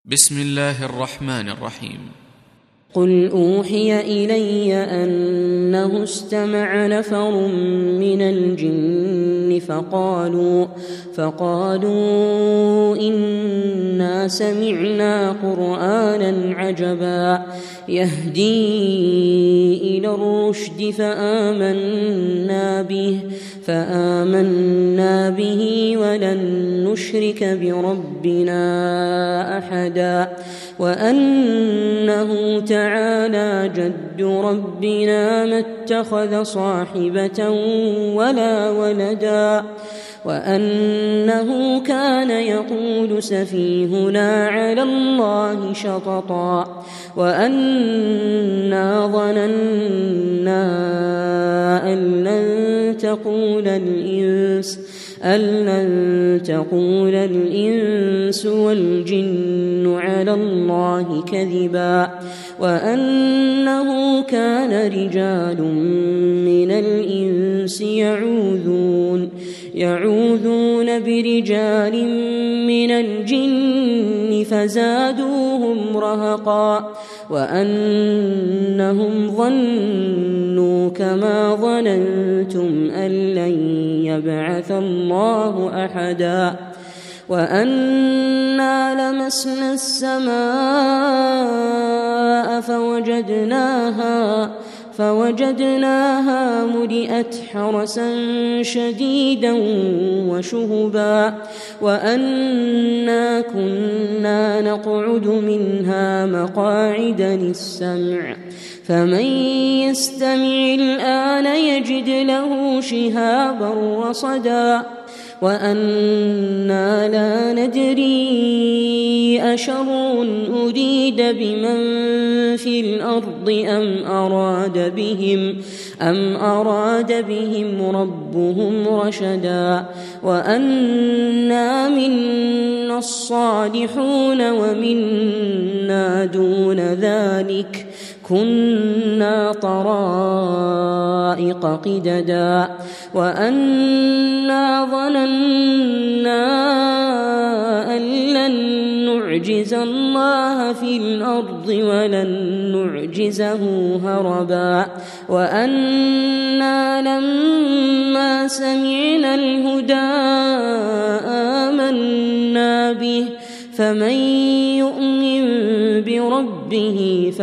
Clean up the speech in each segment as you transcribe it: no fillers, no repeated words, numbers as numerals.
بسم الله الرحمن الرحيم. قل أوحي إلي أنه استمع نفر من الجن فقالوا إنا سمعنا قرآنا عجبا يهدي إلى الرشد فآمنا به ولن نشرك بربنا أحدا وأنه تعالى جد ربنا ما اتخذ صاحبة ولا ولدا وأنه كان يقول سفيهنا على الله شططا وأنا ظننا أن لن تقول الإنس والجن على الله كذبا وأنه كان رجال من الإنس يعوذون برجال من الجن فزادوهم رهقا وأنهم ظنوا كما ظننتم أن لن يبعث الله أحدا وأنا لمسنا السماء فوجدناها ملئت حرسا شديدا وشهبا وأنا كنا نقعد منها مقاعد للسمع فمن يستمع الآن يجد له شهابا رصدا وأنا لا ندري أشر أريد بمن في الأرض أم أراد بهم ربهم رشدا وأنا منا الصالحون ومنا دون ذلك كنا طرائق قددا وأنا ظننا أن لن نعجز الله في الأرض ولن نعجزه هربا وأنا لما سمعنا الهدى آمنا به فمن يؤمن بربه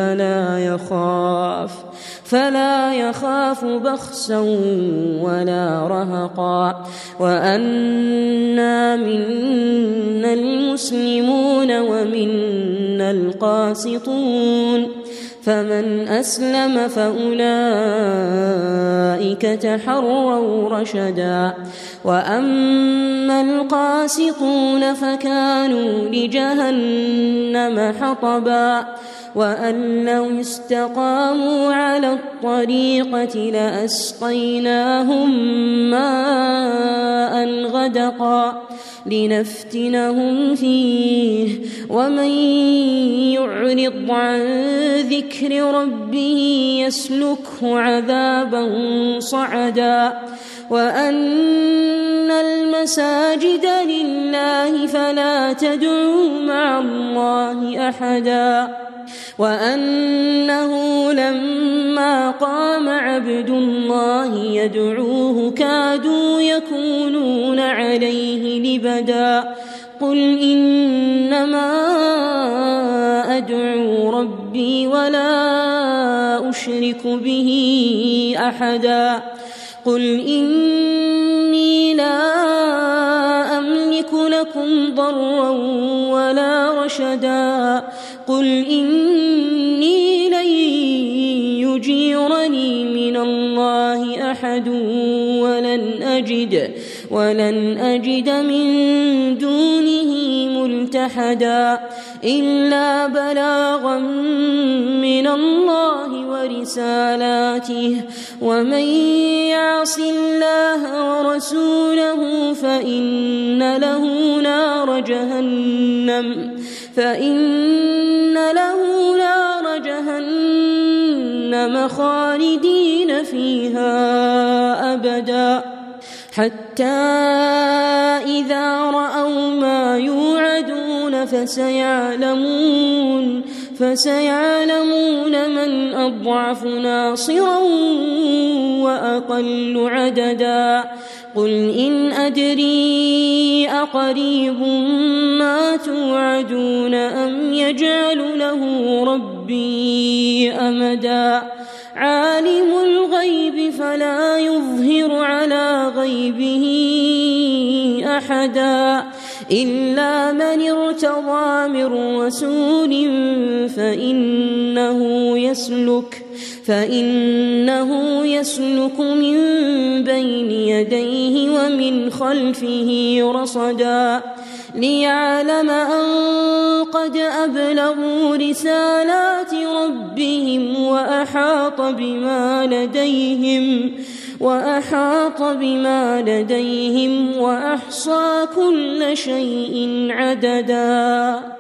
فلا يخاف بخسا ولا رهقا وأنا منا المسلمون ومنا القاسطون فمن أسلم فأولئك تحروا رشدا وأما القاسطون فكانوا لجهنم حطبا وأن لو استقاموا على الطريقة لأسقيناهم ماء غدقا لنفتنهم فيه ومن يعرض عن ذكر ربه يسلكه عذابا صعدا وأن المساجد لله فلا تدعوا مع الله أحدا وأنه لما قام عبد الله يدعوه كادوا يكونون عليه لبدا قل إنما أدعو ربي ولا أشرك به أحدا قل إني لا أملك لكم ضرا ولا رشدا قل إني لن يجيرني من الله أحد ولن أجد من دونه ملتحدا إلا بلاغا من الله ورسالاته ومن يعص الله ورسوله فإن له نار جهنم خالدين فيها أبدا حتى إذا رأوا ما يوعدون فسيعلمون من أضعف ناصرا وأقل عددا قل إن أدري أقريب ما توعدون أم يجعل له ربي أمدا عالم الغيب فلا يظهر على غيبه أحدا إلا من ارتضى من رسول فإنه يسلك من بين يديه ومن خلفه رصدا ليعلم أن قد أبلغوا رسالات ربهم وأحاط بما لديهم وأحصى كل شيء عددا.